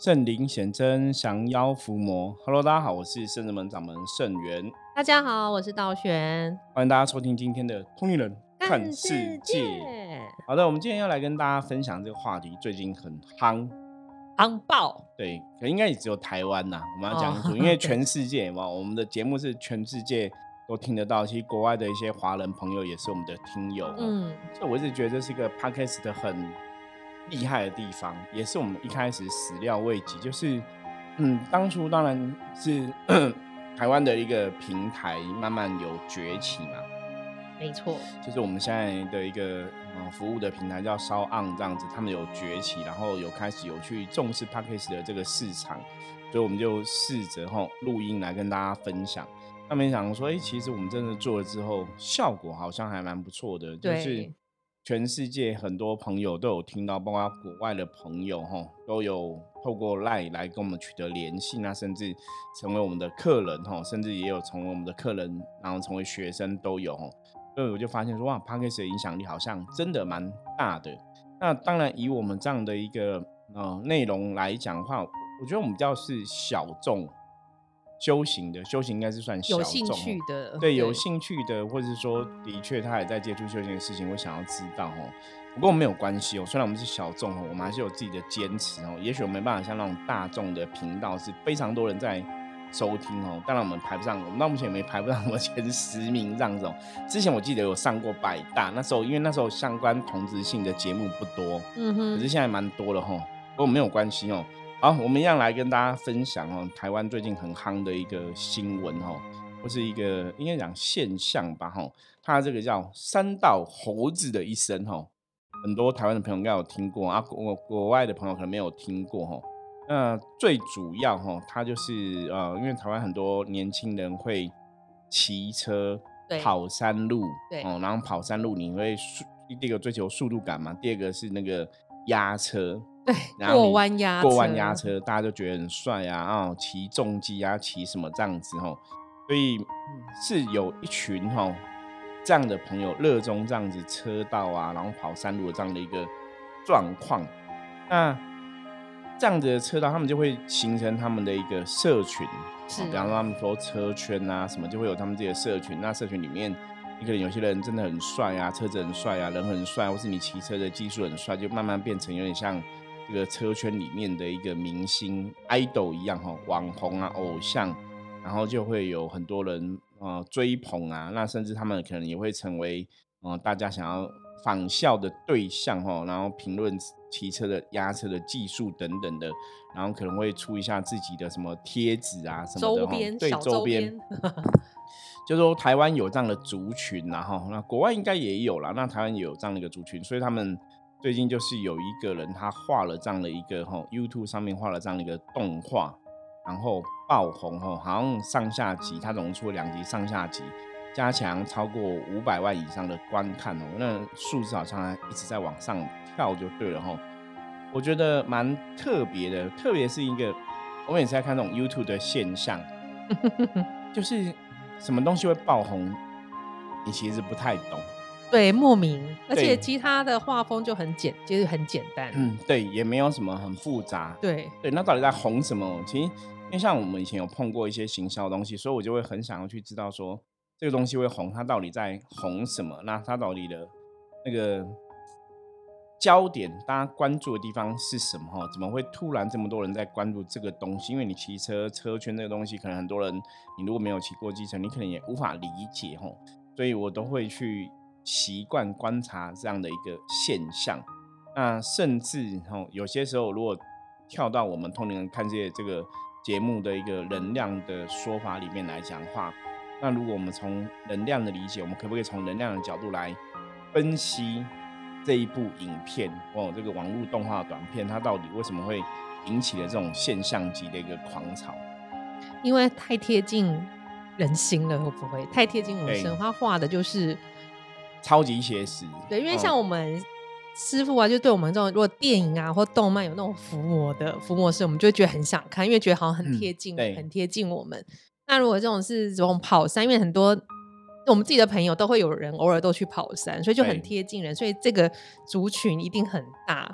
圣灵显真，降妖伏魔。Hello， 大家好，我是圣人门掌门圣元， 大家好，我是道玄， 欢迎大家收听今天的《通灵人看世界》。好的，我们今天要来跟大家分享这个话题，最近很夯， 夯爆。 对，可应该也只有台湾呐、我们要讲清楚，因为全世界嘛，我们的节目是全世界都听得到，其实国外的一些华人朋友也是我们的听友，所以我一直觉得这是一个 podcast 很厉害的地方，也是我们一开始始料未及，就是当初当然是台湾的一个平台慢慢有崛起嘛， 没错， 就是我们现在的一个服务的平台叫SoundOn这样子，他们有崛起，然后开始有去重视 Podcast 的这个市场，所以我们就试着录音来跟大家分享。那没想说，其实我们真的做了之后，效果好像还蛮不错的，就是全世界很多朋友都有听到，包括国外的朋友都有透过 LINE 来跟我们取得联系，那甚至成为我们的客人甚至也有成为我们的客人，然后成为学生都有所以我就发现说，哇 Podcast 的影响力好像真的蛮大的。那当然以我们这样的一个内容来讲的话，我觉得我们比较是小众修行的，修行应该是算小众， 有兴趣的， 对，有兴趣的，或者是说的确他也在接触修行的事情，我想要知道不过没有关系虽然我们是小众我们还是有自己的坚持也许我没办法像那种大众的频道是非常多人在收听当然我们排不上，我们到目前也没排不上我们前10名这样子之前我记得有上过百大，那时候因为那时候相关同质性的节目不多，可是现在蛮多了不过没有关系好，我们一样来跟大家分享台湾最近很夯的一个新闻或是一个应该讲现象吧它这个叫山道猴子的一生很多台湾的朋友应该有听过国外的朋友可能没有听过那最主要它就是因为台湾很多年轻人会骑车跑山路然后跑山路你会第一个追求速度感嘛，第二个是那个压车， 对，过弯压车大家就觉得很帅啊骑重机啊骑什么这样子所以是有一群这样的朋友热衷这样子车道啊然后跑山路的这样的一个状况，那这样子的车道他们就会形成他们的一个社群，比方说他们说车圈啊什么就会有他们自己的社群，那社群里面你可能有些人真的很帅啊，车子很帅啊，人很帅，或是你骑车的技术很帅，就慢慢变成有点像这个车圈里面的一个明星 idol 一样网红啊偶像，然后就会有很多人追捧啊，那甚至他们可能也会成为大家想要仿效的对象然后评论骑车的压车的技术等等的，然后可能会出一下自己的什么贴纸啊什么的对周边就说台湾有这样的族群那国外应该也有啦，那台湾也有这样的一个族群，所以他们最近就是有一个人他画了这样的一个YouTube 上面画了这样的一个动画，然后爆红好像上下集他总共出了2集上下集，加强超过500万以上的观看那数字好像还一直在往上跳就对了我觉得蛮特别的，特别是一个我每次在看这种 YouTube 的现象就是什么东西会爆红你其实不太懂， 对，莫名，而且其他的画风就就是很简单对，也没有什么很复杂， 对， 那到底在红什么其实因为像我们以前有碰过一些行销的东西，所以我就会很想要去知道说这个东西会红它到底在红什么，那它到底的那个焦点大家关注的地方是什么怎么会突然这么多人在关注这个东西，因为你骑车圈这个东西可能很多人你如果没有骑过机车你可能也无法理解所以我都会去习惯观察这样的一个现象，那甚至有些时候如果跳到我们通灵人看世界这个节目的一个能量的说法里面来讲的话，那如果我们从能量的理解，我们可不可以从能量的角度来分析这一部影片这个网络动画短片它到底为什么会引起了这种现象级的一个狂潮？ 因为太贴近人心了，会不会太贴近我们生？他画的就是超级写实， 对，因为像我们师父就对我们这种如果电影啊或动漫有那种伏魔式，我们就会觉得很想看，因为觉得好像很贴近很贴近我们。那如果这种是这种跑山，因为很多我们自己的朋友都会有人偶尔都去跑山，所以就很贴近人，所以这个族群一定很大。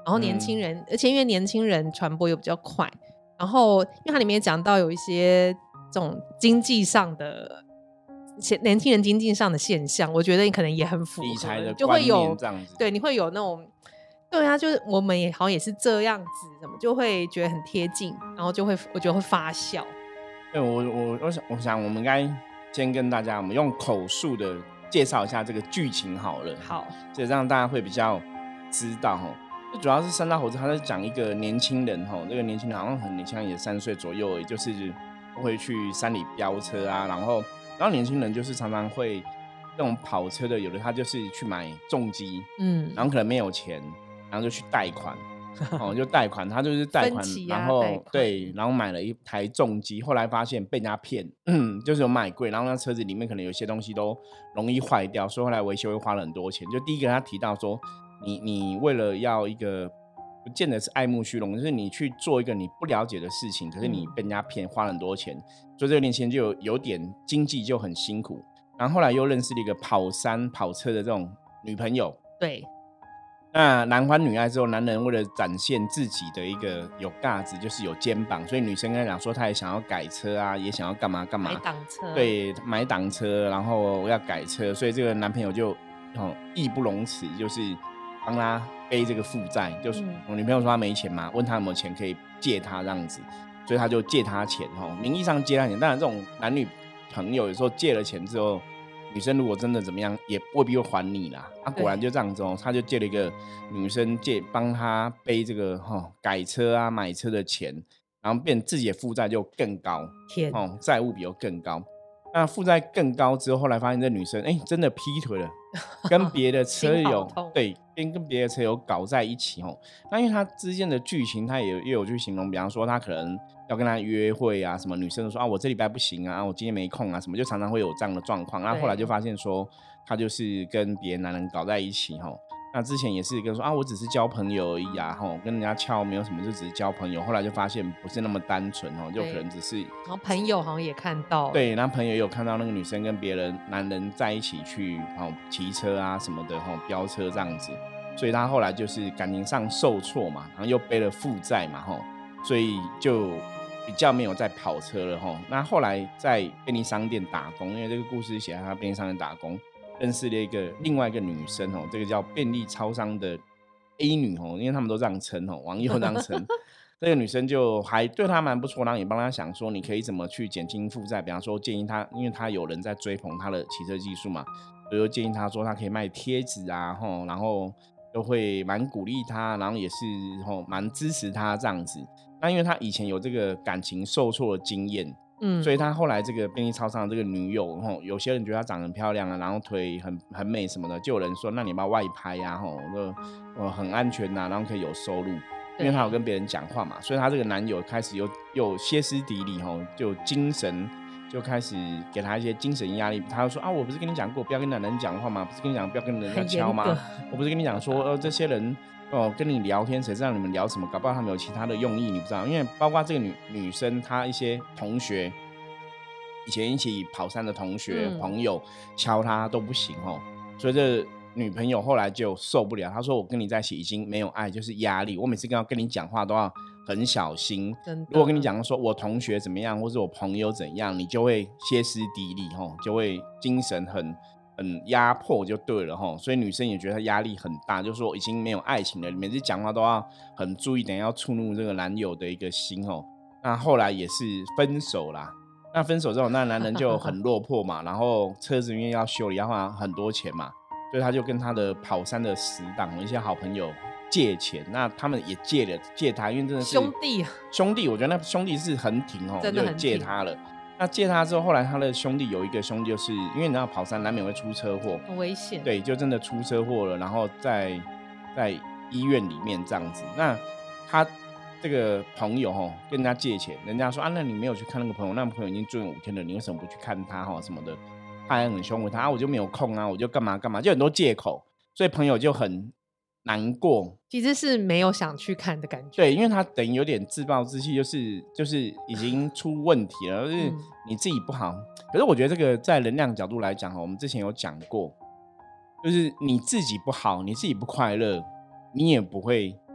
然后年轻人，而且因为年轻人传播又比较快，然后因为它里面讲到有一些这种经济上的年轻人经济上的现象，我觉得你可能也很符合理财的就会有这样子， 对，你会有那种对啊，就是我们也好像也是这样子，什么就会觉得很贴近，然后就会我觉得会发酵。 对，我想我们应该先跟大家，我们用口述的介绍一下这个剧情好了， 好， 这让大家会比较知道哈。就主要是三大猴子，他在讲一个年轻人哈，这个年轻人好像很年轻，也3岁左右，也就是会去山里飙车啊，然后年轻人就是常常会这种跑车的，有的他就是去买重机，然后可能没有钱，然后就去贷款。就贷款，他就是贷款，然后对，然后买了一台重机，后来发现被人家骗，就是有买贵，然后那车子里面可能有些东西都容易坏掉，所以后来维修会花了很多钱。就第一个他提到说，你为了要一个不见得是爱慕虚荣，就是你去做一个你不了解的事情，可是你被人家骗，花了很多钱，所以这个年轻人就有点经济就很辛苦。然后后来又认识了一个跑山跑车的这种女朋友， 对。 那男欢女爱之后，男人为了展现自己的一个有架子，就是有肩膀，所以女生跟他讲说，他也想要改车啊，也想要干嘛干嘛， 买挡车， 对，买挡车，然后要改车，所以这个男朋友就义不容辞，就是帮他背这个负债。就是我女朋友说他没钱嘛，问他有没有钱可以借他这样子，所以他就借他钱，名义上借他钱，当然这种男女朋友有时候借了钱之后，女生如果真的怎么样，也未必会还你啦。果然就这样子他就借了一个女生帮他背这个改车啊、买车的钱，然后变自己的负债就更高，债务比又更高。那负债更高之后，后来发现这女生真的劈腿了，跟别的车友对，跟别的车友搞在一起那因为他之间的剧情，他也有去形容，比方说他可能要跟他约会啊，什么女生都说我这礼拜不行啊，我今天没空啊，什么就常常会有这样的状况。那后来就发现说，他就是跟别的男人搞在一起那之前也是跟说我只是交朋友而已啊，跟人家敲没有什么，就只是交朋友。后来就发现不是那么单纯就可能只是。 然后朋友好像也看到， 对，那朋友也有看到那个女生跟别人男人在一起去骑车啊什么的飙车这样子，所以他后来就是感情上受挫嘛，然后又背了负债嘛所以就比较没有再跑车了那后来在便利商店打工，因为这个故事写在他便利商店打工。认识了另外一个女生这个叫便利超商的 A 女因为他们都这样称网友这样称这个女生就还对他蛮不错，然后也帮他想说你可以怎么去减轻负债，比方说建议他，因为他有人在追捧他的骑车技术嘛，所以就建议他说他可以卖贴纸啊然后都会蛮鼓励他，然后也是蛮支持他这样子。那因为他以前有这个感情受挫的经验，所以他后来这个便利超商的这个女友有些人觉得她长得很漂亮啊，然后腿很美什么的，就有人说那你要不要外拍啊就很安全啊，然后可以有收入，因为他有跟别人讲话嘛，所以他这个男友开始又歇斯底里就精神就开始给他一些精神压力。他就说我不是跟你讲过不要跟男人讲话吗？不是跟你讲不要跟人家敲吗？我不是跟你讲说这些人跟你聊天，谁知道你们聊什么？搞不好他们有其他的用意，你不知道。因为包括这个女生，她一些同学，以前一起跑山的同学、朋友敲她都不行所以这女朋友后来就受不了，她说：“我跟你在一起已经没有爱，就是压力。我每次跟你讲话都要很小心。如果跟你讲说我同学怎么样，或者我朋友怎样，你就会歇斯底里就会精神很压迫就对了所以女生也觉得她压力很大，就是说已经没有爱情了，每次讲话都要很注意，等一下要触怒这个男友的一个心那后来也是分手啦。那分手之后，那男人就很落魄嘛，然后车子因为要修理要花很多钱嘛，所以他就跟他的跑山的死党一些好朋友借钱，那他们也借他，因为真的是兄弟，我觉得那兄弟是很挺就借他了。那借他之后，后来他的兄弟有一个兄弟，就是因为你知道跑山难免会出车祸， 很危险。 对，就真的出车祸了，然后在医院里面这样子。那他这个朋友跟人家借钱，人家说那你没有去看那个朋友，那个朋友已经住院5天了，你为什么不去看他什么的？他还很凶回他我就没有空啊，我就干嘛干嘛，就很多借口，所以朋友就很难过， 其实是没有想去看的感觉。 对，因为他等于有点自暴自弃，就是已经出问题了，就是你自己不好。可是我觉得这个在能量角度来讲我们之前有讲过，就是你自己不好，你自己不快乐，你也不会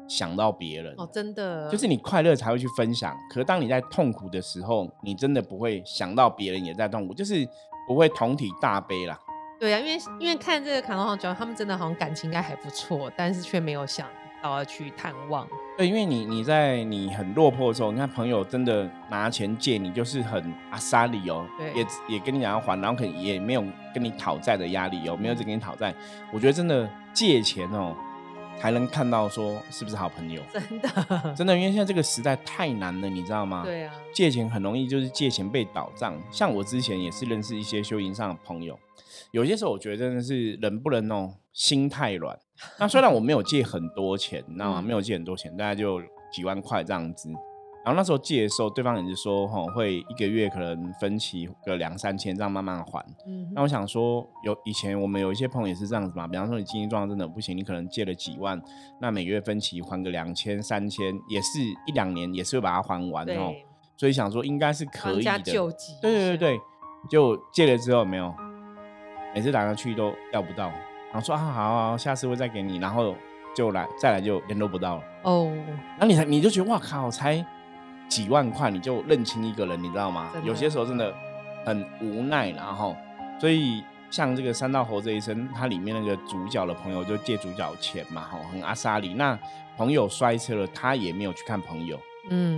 想到别人哦，真的， 就是你快乐才会去分享，可是当你在痛苦的时候，你真的不会想到别人也在痛苦，就是不会同体大悲啦。 对啊，因为看这个卡通好像他们真的好像感情应该还不错，但是却没有想到要去探望。 对，因为你在你很落魄的时候，你看朋友真的拿钱借你，就是很阿莎里哦，也跟你讲要还，然后可能也没有跟你讨债的压力哦，没有一直跟你讨债。我觉得真的借钱哦，才能看到说是不是好朋友。 真的， 真的，因为现在这个时代太难了，你知道吗？ 对啊， 借钱很容易就是借钱被倒账。像我之前也是认识一些修行上的朋友，有些时候我觉得真的是人不能心太软。那虽然我没有借很多钱，你知道吗？没有借很多钱，大概就几万块这样子。然后那时候借的时候，对方也是说会一个月可能分期个2-3千这样慢慢还。那我想说，以前我们有一些朋友也是这样子嘛，比方说你经济状况真的不行，你可能借了几万，那每个月分期还个2000、3000，也是1-2年也是会把它还完哦。所以想说应该是可以的。 还救急。 对，就借了之后没有，每次打上去都要不到。然后说好，下次会再给你，然后再来就联络不到了哦。然后你就觉得哇靠，才几万块你就认清一个人，你知道吗？有些时候真的很无奈，然后所以像这个三道猴这一生，它里面那个主角的朋友就借主角钱嘛，很阿莎里。那朋友摔车了，他也没有去看朋友。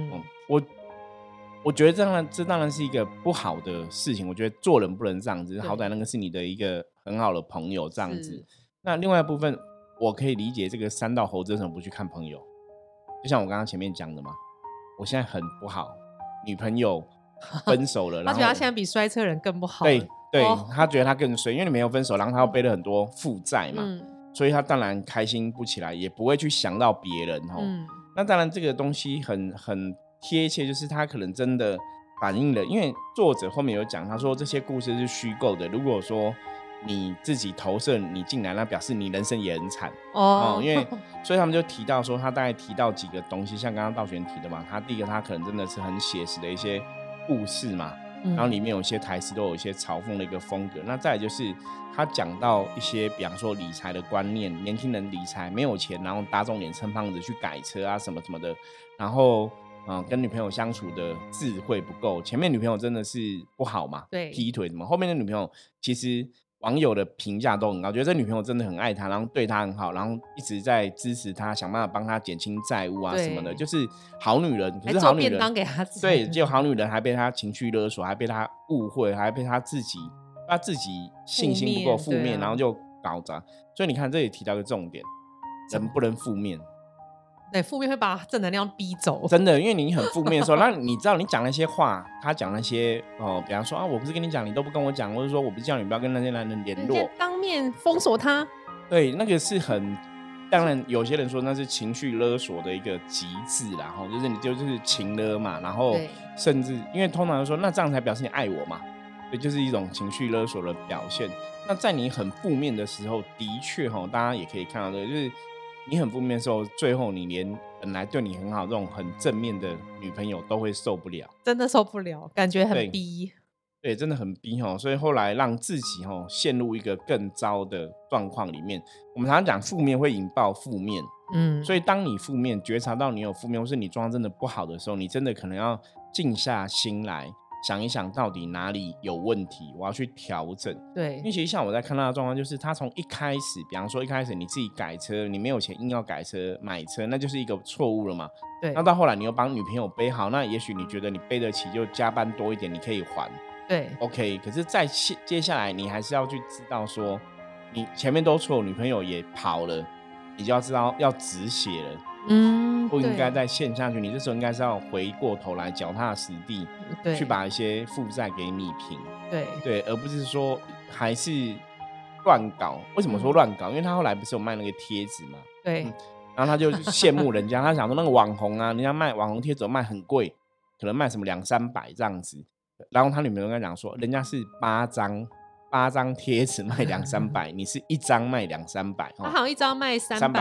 我觉得这当然是一个不好的事情。我觉得做人不能这样子，好歹那个是你的一个很好的朋友这样子。那另外一部分，我可以理解这个三道猴子为什么不去看朋友，就像我刚刚前面讲的嘛，我现在很不好，女朋友分手了， 他觉得他现在比摔车人更不好。 对，他觉得他更衰，因为你没有分手，然后他又背了很多负债嘛，所以他当然开心不起来，也不会去想到别人那当然这个东西很贴切，就是他可能真的反映了，因为作者后面有讲，他说这些故事是虚构的，如果说你自己投射你进来，那表示你人生也很惨因为所以他们就提到说，他大概提到几个东西，像刚刚道玄提的嘛，他第一个他可能真的是很写实的一些故事嘛，然后里面有一些台词都有一些嘲讽的一个风格。那再来就是他讲到一些比方说理财的观念，年轻人理财没有钱，然后打肿脸撑胖子去改车啊什么什么的，然后跟女朋友相处的智慧不够，前面女朋友真的是不好嘛， 对， 劈腿什么，后面的女朋友其实网友的评价都很高，觉得这女朋友真的很爱他，然后对他很好，然后一直在支持他，想办法帮他减轻债务啊什么的，就是好女人。可是好女人还做便当给他吃， 对，结果好女人还被他情绪勒索，还被他误会，还被他自己信心不够负面，然后就搞砸。所以你看这里提到一个重点，人不能负面。 对，负面会把正能量逼走， 真的，因为你很负面的时候，那你知道你讲那些话，他讲那些比方说我不是跟你讲，你都不跟我讲，或者说我不是叫你不要跟那些男人联络， 当面封锁他， 对，那个是很，当然有些人说那是情绪勒索的一个极致啦，就是你就是情勒嘛，然后甚至因为通常说那这样才表示你爱我嘛，对，就是一种情绪勒索的表现。那在你很负面的时候，的确大家也可以看到这个，就是你很负面的时候，最后你连本来对你很好这种很正面的女朋友都会受不了， 真的受不了，感觉很逼。 对，真的很逼所以后来让自己陷入一个更糟的状况里面。我们常常讲负面会引爆负面，所以当你负面觉察到你有负面，或是你状况真的不好的时候，你真的可能要静下心来想一想，到底哪里有问题，我要去调整。 对， 因为其实像我在看他的状况，就是他从一开始，比方说一开始你自己改车，你没有钱硬要改车买车，那就是一个错误了嘛。 对， 那到后来你又帮女朋友背好，那也许你觉得你背得起，就加班多一点，你可以还。 对 ，OK。可是再接下来，你还是要去知道说，你前面都错，女朋友也跑了，你就要知道要止血了。不应该再陷下去。你这时候应该是要回过头来，脚踏实地，去把一些负债给弭平。对，而不是说还是乱搞。为什么说乱搞？因为他后来不是有卖那个贴纸嘛？ 对。 然后他就羡慕人家，他想说那个网红啊，人家卖网红贴纸卖很贵，可能卖什么200-300这样子。然后他女朋友跟他讲说，人家是8张贴纸卖200-300，你是1张卖200-300。 他好像1张卖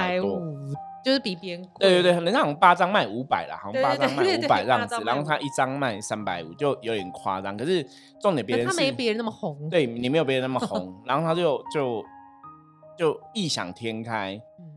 350，就是比别人贵。 对，人家好像8张卖500啦，好像8张卖500这样子，然后他1张卖350，就有点夸张。可是重点别人是他没别人那么红， 对，你没有别人那么红，然后他就异想天开，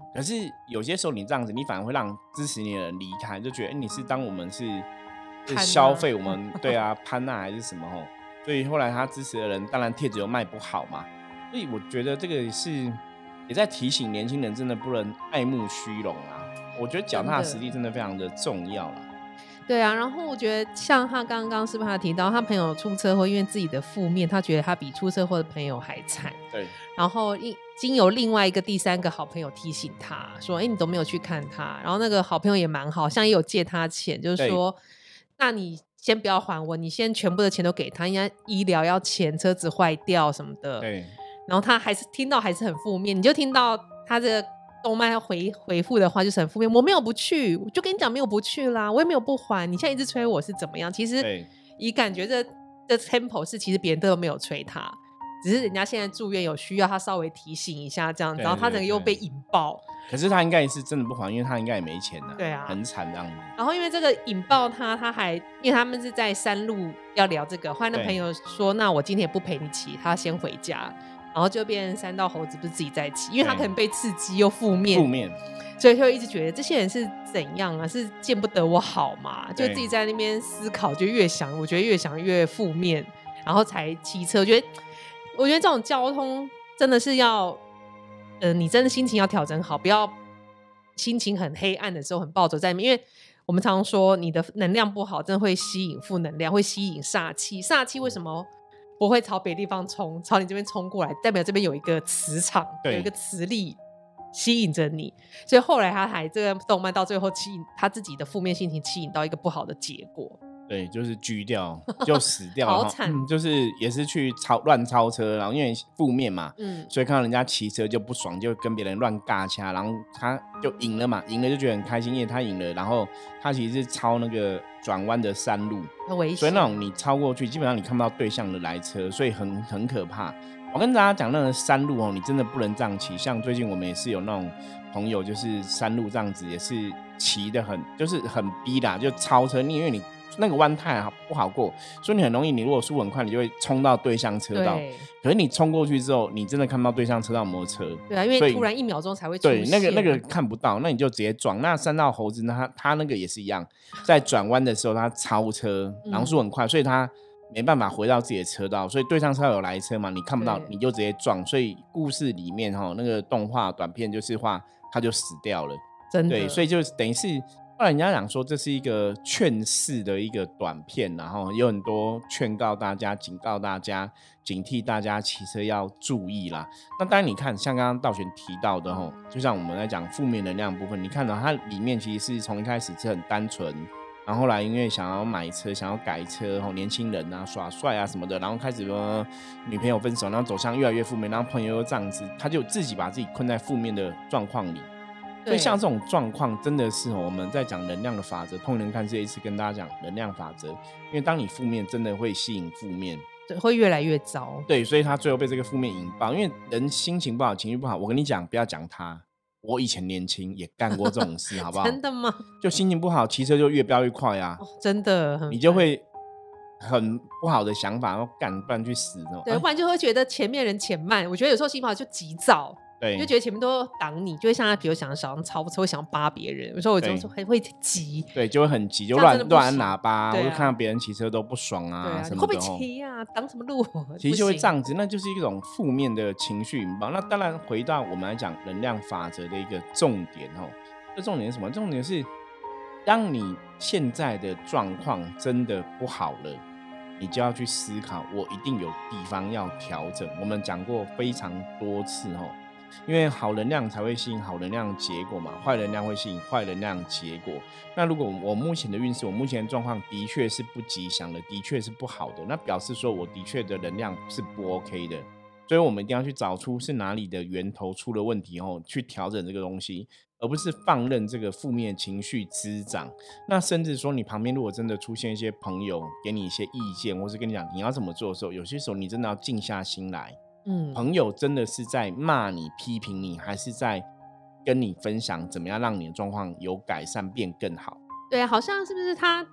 可是有些时候你这样子，你反而会让支持你的人离开，就觉得你是当我们是消费我们对啊潘娜还是什么吼，所以后来他支持的人当然贴纸又卖不好嘛，所以我觉得这个也在提醒年轻人真的不能爱慕虚荣啊。我觉得脚踏实地真的非常的重要啦。 对啊，然后我觉得像他刚刚是不是他提到他朋友出车祸，因为自己的负面，他觉得他比出车祸的朋友还惨。 对， 然后经由另外一个第三个好朋友提醒他说：“哎，你都没有去看他。”然后那个好朋友也蛮好，像也有借他钱，就是说：“那你先不要还我，你先全部的钱都给他，应该医疗要钱，车子坏掉什么的。” 对。 然后他还是听到还是很负面，你就听到他这个动漫回复的话就是很负面，我没有不去，我就跟你讲没有不去啦，我也没有不还，你现在一直催我是怎么样？其实以感觉这 tempo 是其实别人都没有催他，只是人家现在住院有需要，他稍微提醒一下这样子，然后他整个又被引爆。 可是他应该是真的不还，因为他应该也没钱啊， 对啊， 很惨这样子。 然后因为这个引爆他还因为他们是在山路要聊这个，后来那朋友说那我今天也不陪你骑，他先回家。然后就变成山道猴子不是自己在骑，因为他可能被刺激又负面，所以就一直觉得这些人是怎样啊？是见不得我好嘛？就自己在那边思考，就我觉得越想越负面，然后才骑车。我觉得这种交通真的是要，你真的心情要调整好，不要心情很黑暗的时候很暴走在里面，因为我们常说你的能量不好，真的会吸引负能量，会吸引煞气。煞气为什么不会朝别的地方冲，朝你这边冲过来，代表这边有一个磁场，有一个磁力吸引着你，所以后来他还这个动漫到最后吸引他自己的负面心情，吸引到一个不好的结果。 对，就是狙掉就死掉了好惨， 就是也是去乱超车，然后因为负面嘛，所以看到人家骑车就不爽，就跟别人乱尬掐，然后他就赢了嘛，赢了就觉得很开心，因为他赢了，然后他其实是超那个转弯的山路， 很危险， 所以那种你超过去，基本上你看不到对向的来车，所以很可怕。我跟大家讲，那个山路你真的不能这样骑。像最近我们也是有那种朋友，就是山路这样子，也是骑得就是很逼啦，就超车，因为你那个弯太不好过，所以你很容易，你如果速很快，你就会冲到对向车道。可是你冲过去之后，你真的看不到对向车道摩托车。 对啊，因为突然1秒钟才会出现。 对，那个看不到，那你就直接撞。那山道猴子呢，他那个也是一样，在转弯的时候他超车，然后速很快，所以他没办法回到自己的车道，所以对向车道有来车嘛，你看不到，你就直接撞。所以故事里面那个动画短片就是画他就死掉了， 真的。 对，所以就等于是后来人家讲说这是一个劝世的一个短片，然后有很多劝告大家、警告大家、警惕大家骑车要注意啦。那当然你看，像刚刚道玄提到的就像我们在讲负面能量的部分，你看到它里面其实是从一开始是很单纯。然后后来因为想要买车想要改车，年轻人啊耍帅啊什么的，然后开始女朋友分手，然后走向越来越负面，然后朋友又这样子，他就自己把自己困在负面的状况里。所以像这种状况真的是我们在讲能量的法则，通人看这一次跟大家讲能量法则，因为当你负面真的会吸引负面， 对，会越来越糟。 对，所以他最后被这个负面引爆，因为人心情不好情绪不好，我跟你讲不要讲他，我以前年轻也干过这种事好不好？ 真的吗？ 就心情不好骑车就越飙越快啊， 真的你就会很不好的想法，然后干不然去死那种， 对，不然就会觉得前面人减慢。我觉得有时候心情不好就急躁，对，就觉得前面都挡你，就会像他，比如想超车，会想扒别人。有时候我就还会急， 对，就会很急，就乱按喇叭，或者看到别人骑车都不爽啊，什么的。 你会不会骑啊？挡什么路？ 其实就会这样子，那就是一种负面的情绪引爆。那当然，回到我们来讲能量法则的一个重点这重点是什么？重点是，当你现在的状况真的不好了，你就要去思考，我一定有地方要调整。我们讲过非常多次因为好能量才会吸引好能量结果嘛，坏能量会吸引坏能量结果。那如果我目前的运势，我目前的状况的确是不吉祥的，的确是不好的，那表示说我的确的能量是不 OK 的。所以我们一定要去找出是哪里的源头出了问题去调整这个东西，而不是放任这个负面情绪滋长。那甚至说你旁边如果真的出现一些朋友给你一些意见，或是跟你讲你要怎么做的时候，有些时候你真的要静下心来。朋友真的是在骂你批评你，还是在跟你分享怎么样让你的状况有改善变更好？ 对啊，好像是不是他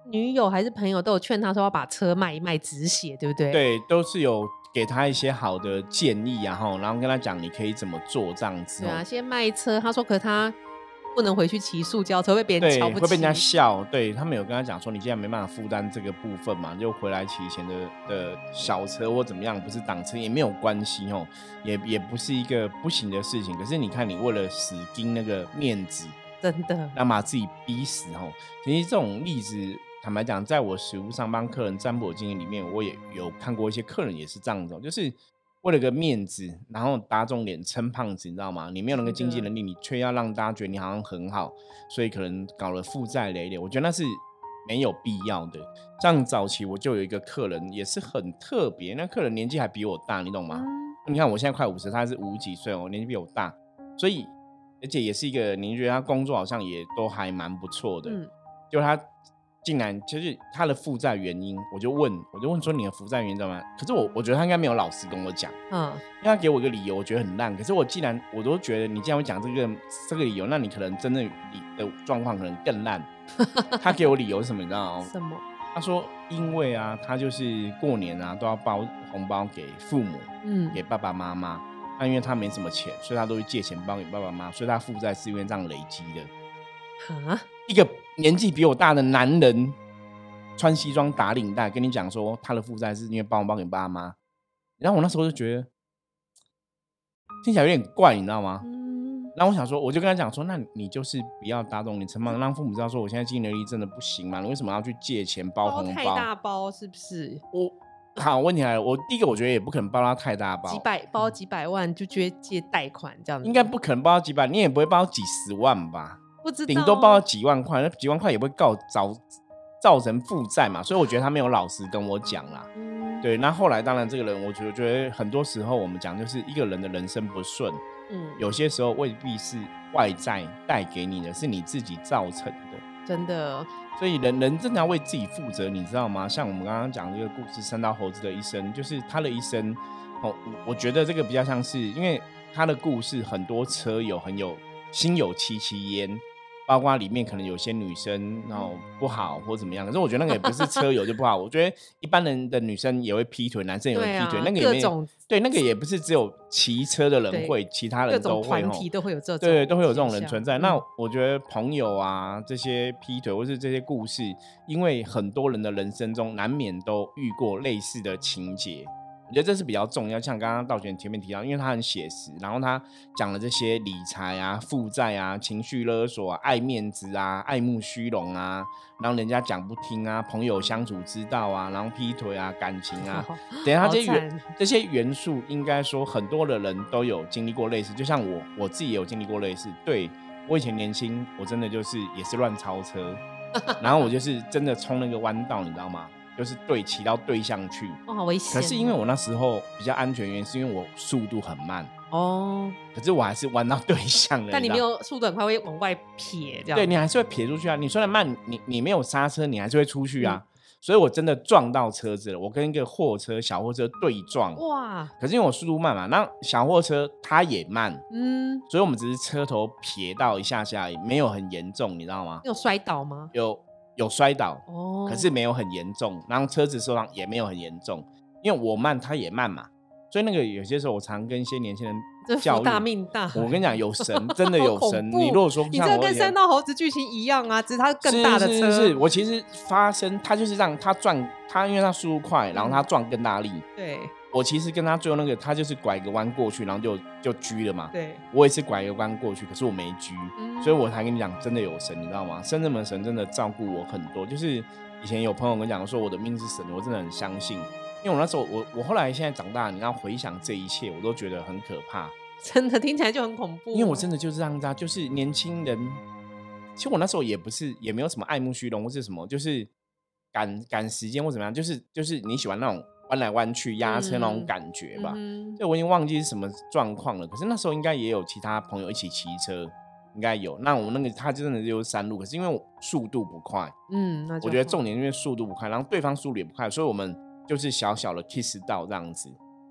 女友还是朋友都有劝他说要把车卖一卖止血，对不对？ 对，都是有给他一些好的建议啊，然后跟他讲你可以怎么做这样子。 对啊，先卖车，他说可是他不能回去骑塑胶车，会被别人瞧不起， 会被人家笑。对，他们有跟他讲说，你既然没办法负担这个部分嘛，就回来骑以前的小车或怎么样，不是挡车也没有关系哦，也不是一个不行的事情。可是你看，你为了死盯那个面子， 真的， 那把自己逼死哦。其实这种例子，坦白讲，在我实务上帮客人占卜经验里面，我也有看过一些客人也是这样子，就是为了个面子，然后打肿脸撑胖子，你知道吗？你没有那个经济能力，你却要让大家觉得你好像很好，所以可能搞了负债累累。我觉得那是没有必要的。像早期我就有一个客人也是很特别，那客人年纪还比我大，你懂吗？你看我现在快50，他是50几岁哦，年纪比我大，所以而且也是一个你觉得他工作好像也都还蛮不错的，就他竟然就是他的负债原因，我就问说你的负债原因知道吗？可是我觉得他应该没有老实跟我讲，因为他给我一个理由，我觉得很烂。可是我都觉得你既然会讲这个理由，那你可能真的的状况可能更烂。他给我理由是什么？你知道吗？ 什么？ 他说因为啊，他就是过年啊都要包红包给父母，给爸爸妈妈。那因为他没什么钱，所以他都会借钱包给爸爸妈妈，所以他负债是因为这样累积的。一个年纪比我大的男人穿西装打领带跟你讲说他的负债是因为包红包给爸妈，然后我那时候就觉得听起来有点怪，你知道吗？然后我想说，我就跟他讲说，那你就是不要打肿脸充胖子，让父母知道说我现在经济能力真的不行嘛，你为什么要去借钱包红包？ 太大包是不是？ 好，问题来了，第一个我觉得也不可能包到太大包， 包几百万就觉得借贷款这样子， 应该不可能包到几百，你也不会包到几十万吧？ 不知道， 顶多包到几万块，那几万块也不会造成负债嘛，所以我觉得他没有老实跟我讲啦。对，那后来当然这个人，我觉得很多时候我们讲就是一个人的人生不顺，有些时候未必是外在带给你的，是你自己造成的， 真的。 所以人真的要为自己负责，你知道吗？像我们刚刚讲这个故事，三刀猴子的一生，就是他的一生我觉得这个比较像是，因为他的故事很多车友心有戚戚焉，包括里面可能有些女生不好或怎么样，可是我觉得那个也不是车友就不好，我觉得一般人的女生也会劈腿，男生也会劈腿，那个也没有，对，那个也不是只有骑车的人会，其他人都会，各种团体都会有这种， 对，都会有这种人存在。那我觉得朋友啊，这些劈腿或是这些故事，因为很多人的人生中难免都遇过类似的情节。我觉得这是比较重要，像刚刚道玄前面提到，因为他很写实，然后他讲了这些理财啊、负债啊、情绪勒索啊、爱面子啊、爱慕虚荣啊，然后人家讲不听啊、朋友相处之道啊，然后劈腿啊、感情啊，等一下这些元素，应该说很多的人都有经历过类似，就像我自己也有经历过类似。对，我以前年轻，我真的就是也是乱超车，然后我就是真的冲那个弯道，你知道吗？就是骑到对向去， 好危险。 可是因为我那时候比较安全，原因是因为我速度很慢可是我还是弯到对向了。 但你没有速度很快，会往外撇，这样对，你还是会撇出去啊。你虽然慢，你没有刹车，你还是会出去啊。所以我真的撞到车子了，我跟一个小货车对撞。哇！可是因为我速度慢嘛，那小货车它也慢，所以我们只是车头撇到一下下，没有很严重，你知道吗？ 有摔倒吗？ 有摔倒，可是没有很严重，然后车子受伤也没有很严重，因为我慢，他也慢嘛，所以那个有些时候我常跟一些年轻人教育， 大命大， 我跟你讲，有神，真的有神。你如果说你这跟三道猴子剧情一样啊，只是他更大的车。 是，我其实发生，他就是让他撞，他因为他速度快，然后他撞更大力。 对。 我其实跟他最后那个，他就是拐个弯过去，然后就狙了嘛。 对， 我也是拐个弯过去，可是我没狙，所以我才跟你讲，真的有神，你知道吗？深圳门神真的照顾我很多。就是以前有朋友跟我讲说我的命是神的，我真的很相信。因为我那时候我后来现在长大，你要回想这一切，我都觉得很可怕。 真的听起来就很恐怖。 因为我真的就是这样子啊，就是年轻人，其实我那时候也没有什么爱慕虚荣或是什么，就是赶时间或怎么样，就是你喜欢那种弯来弯去压车那种感觉吧。所以我已经忘记是什么状况了。可是那时候应该也有其他朋友一起骑车，应该有。那我那个他真的就是山路，可是因为我速度不快， 那我觉得重点因为速度不快，然后对方速度也不快，所以我们就是小小的 kiss 到这样子。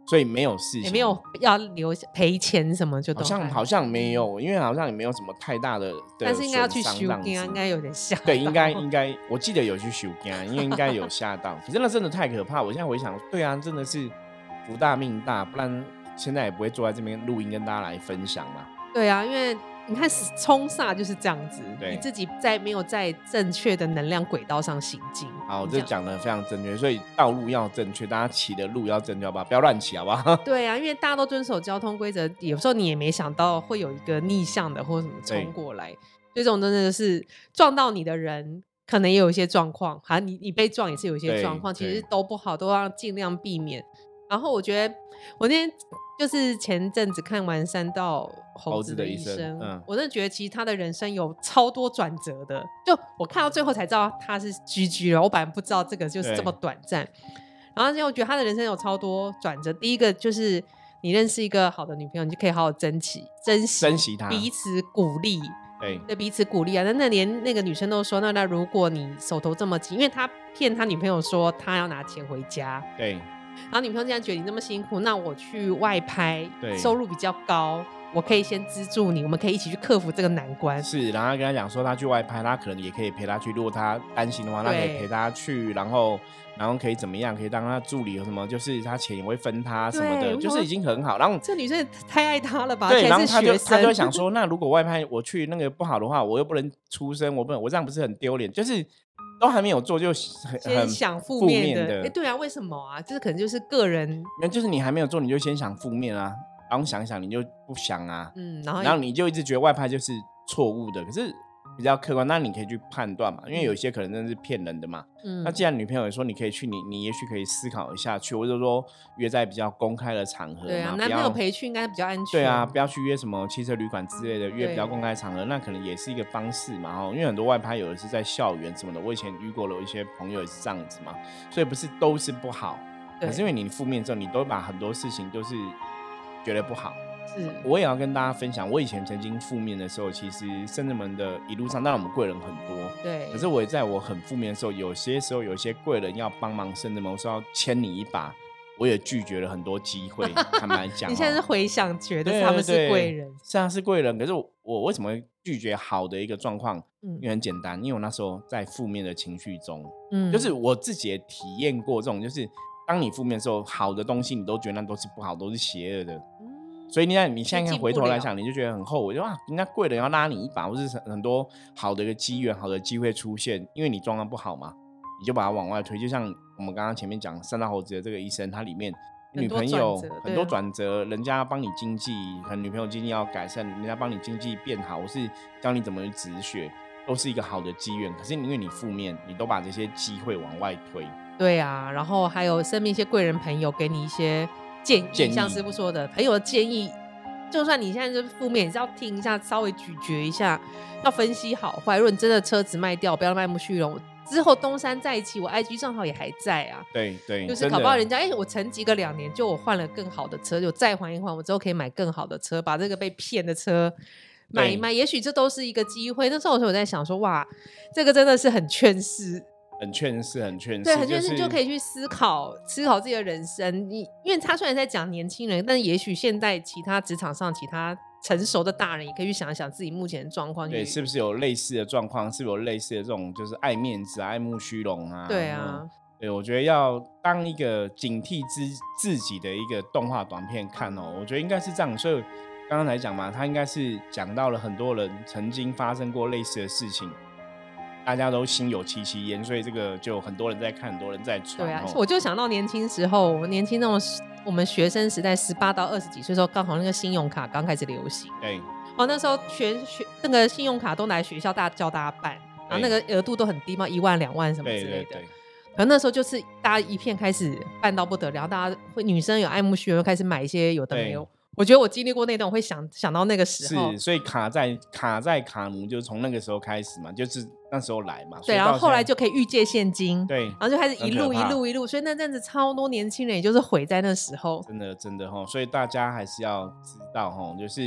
所以没有事情， 也没有要赔钱什么，就都好像没有，因为好像也没有什么太大的但是应该要去修惊，应该有点吓到。 对，应该，我记得有去修惊，因为应该有吓到。可是那真的太可怕，我现在回想，对啊，真的是福大命大，不然现在也不会坐在这边录音跟大家来分享嘛。 对啊，因为你看冲煞就是这样子，你自己没有在正确的能量轨道上行进。 好，这讲的非常正确，所以道路要正确，大家骑的路要正确，好不好？不要乱骑，好不好？ 对啊，因为大家都遵守交通规则，有时候你也没想到会有一个逆向的或者什么冲过来，所以这种真的是撞到你的人，可能也有一些状况，好，你被撞也是有一些状况，其实都不好，都要尽量避免。然后我觉得我那天就是前阵子看完山道猴子的一生，我真的觉得其实他的人生有超多转折的，就我看到最后才知道他是 GG 了，我本来不知道这个就是这么短暂。然后我觉得他的人生有超多转折，第一个就是你认识一个好的女朋友，你就可以好好珍惜她，彼此鼓励，对彼此鼓励啊。那连那个女生都说，那如果你手头这么紧，因为他骗他女朋友说他要拿钱回家， 对， 然后女朋友既然觉得你那么辛苦，那我去外拍，收入比较高，我可以先资助你，我们可以一起去克服这个难关。 是，然后跟他讲说他去外拍，他可能也可以陪他去，如果他担心的话，他可以陪他去，然后可以怎么样，可以当他助理什么，就是他钱也会分他什么的，就是已经很好。然后这女生也太爱他了吧？ 对，然后他就会想说，那如果外拍我去那个不好的话，我又不能出声，我这样不是很丢脸？就是都还没有做就先想负面的。对啊，为什么啊？就是可能就是个人， 就是你还没有做，你就先想负面啊，然后想一想你就不想啊，然后你就一直觉得外拍就是错误的，可是比较客观，那你可以去判断嘛，因为有一些可能真的是骗人的嘛。那既然女朋友也说你可以去，你也许可以思考一下去，或者说约在比较公开的场合嘛。 对啊，男朋友陪去应该比较安全。 对啊，不要去约什么汽车旅馆之类的，约比较公开的场合，那可能也是一个方式嘛。因为很多外拍有的是在校园什么的，我以前遇过了一些朋友也是这样子嘛，所以不是都是不好，可是因为你负面之后，你都把很多事情都是觉得不好。我也要跟大家分享，我以前曾经负面的时候，其实圣真门的一路上，当然我们贵人很多， 对。 可是我也在我很负面的时候，有些时候有些贵人要帮忙圣真门，我说要牵你一把，我也拒绝了很多机会。坦白讲， 你现在是回想觉得他们是贵人， 是啊，是贵人。可是我为什么会拒绝好的一个状况？因为很简单，因为我那时候在负面的情绪中，就是我自己也体验过这种，就是当你负面的时候，好的东西你都觉得那都是不好，都是邪恶的。所以你现在回头来想，你就觉得很后悔，就人家贵人要拉你一把，或是很多好的一个机缘、好的机会出现，因为你状况不好嘛，你就把它往外推。就像我们刚刚前面讲山道猴子的这个医生，他里面女朋友很多转折，人家帮你经济，可能女朋友经济要改善，人家帮你经济变好，或是教你怎么去止血，都是一个好的机缘。可是因为你负面，你都把这些机会往外推。 对啊，然后还有身边一些贵人朋友给你一些建议，像师傅说的，朋友的建议，就算你现在是负面，也是要听一下，稍微咀嚼一下，要分析好坏。如果你真的车子卖掉，不要卖木须龙，之后东山再起，我 IG 账号也还在啊。 对， 就是搞不好人家我沉寂个2年，就我换了更好的车，就再还一还，我之后可以买更好的车，把这个被骗的车买一卖，也许这都是一个机会。那时候我在想说，哇，这个真的是很劝世。 很劝世， 对，很劝世，就可以去思考自己的人生。因为他虽然在讲年轻人，但也许现在其他职场上其他成熟的大人也可以去想一想自己目前的状况， 对，是不是有类似的状况，是不是有类似的这种就是爱面子啊、爱慕虚荣啊？ 对啊， 对，我觉得要当一个警惕自己的一个动画短片看我觉得应该是这样。所以刚刚才讲嘛，他应该是讲到了很多人曾经发生过类似的事情，大家都心有戚戚焉，所以这个就很多人在看，很多人在传。 对啊，我就想到年轻时候，那种我们学生时代18到20几岁的时候，刚好那个信用卡刚开始流行。 对， 那时候那个信用卡都来学校教大家办，然后那个额度都很低嘛，1万2万什么之类的。对，可那时候就是大家一片开始办到不得了，大家女生有爱慕虚荣，开始买一些有的没有。我觉得我经历过那段，会想到那个时候， 是，所以卡在卡奴就从那个时候开始嘛，就是那时候来嘛。 对，然后后来就可以预借现金， 对， 然后就开始一路，所以那阵子超多年轻人也就是毁在那时候。 真的所以大家还是要知道就是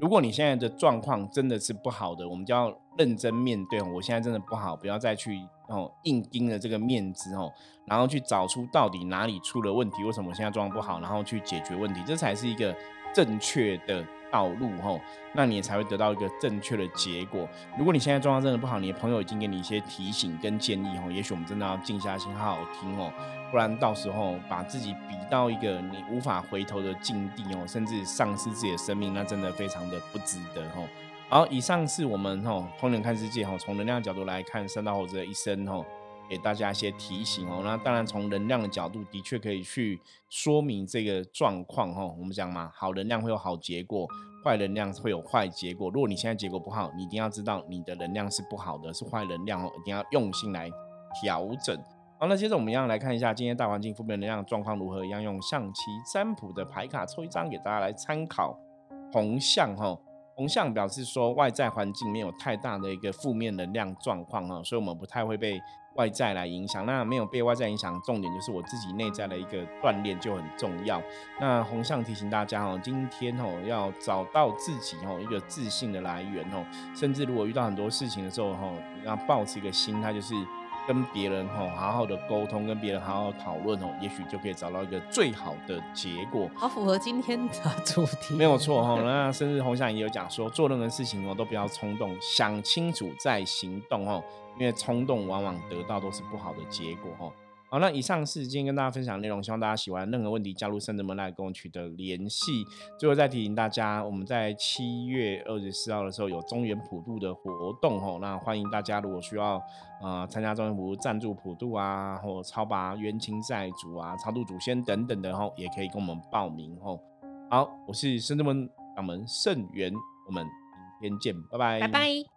如果你现在的状况真的是不好的，我们就要认真面对，我现在真的不好，不要再去硬盯着这个面子然后去找出到底哪里出了问题，为什么我现在状况不好，然后去解决问题，这才是一个正确的道路那你也才会得到一个正确的结果。如果你现在状况真的不好，你的朋友已经给你一些提醒跟建议也许我们真的要静下心好好听不然到时候把自己逼到一个你无法回头的境地甚至丧失自己的生命，那真的非常的不值得好，以上是我们通人看世界从能量角度来看三道猴子的一生给大家一些提醒那当然从能量的角度的确可以去说明这个状况我们讲嘛，好能量会有好结果，坏能量会有坏结果。如果你现在结果不好，你一定要知道你的能量是不好的，是坏能量一定要用心来调整。好，那接着我们一样来看一下今天大环境负面能量状况如何，一样用象棋占卜的牌卡抽一张给大家来参考。红象红象表示说外在环境没有太大的一个负面能量状况所以我们不太会被外在来影响。那没有被外在影响，重点就是我自己内在的一个锻炼就很重要。那红象提醒大家今天要找到自己一个自信的来源甚至如果遇到很多事情的时候你要抱持一个心态，就是跟别人好好的沟通，跟别人好好讨论也许就可以找到一个最好的结果。 好符合今天的主题， 没有错那甚至红象也有讲说，做任何事情都不要冲动，想清楚再行动因为冲动往往得到都是不好的结果好，那以上是今天跟大家分享的内容，希望大家喜欢。任何问题加入圣真门来跟我取得联系。最后再提醒大家，我们在7月24号的时候有中元普渡的活动那欢迎大家如果需要参加中元普渡、赞助普渡啊，或超拔冤亲债主啊、超度祖先等等的也可以跟我们报名好，我是圣真门掌门圣元，我们明天见，拜拜， 拜拜。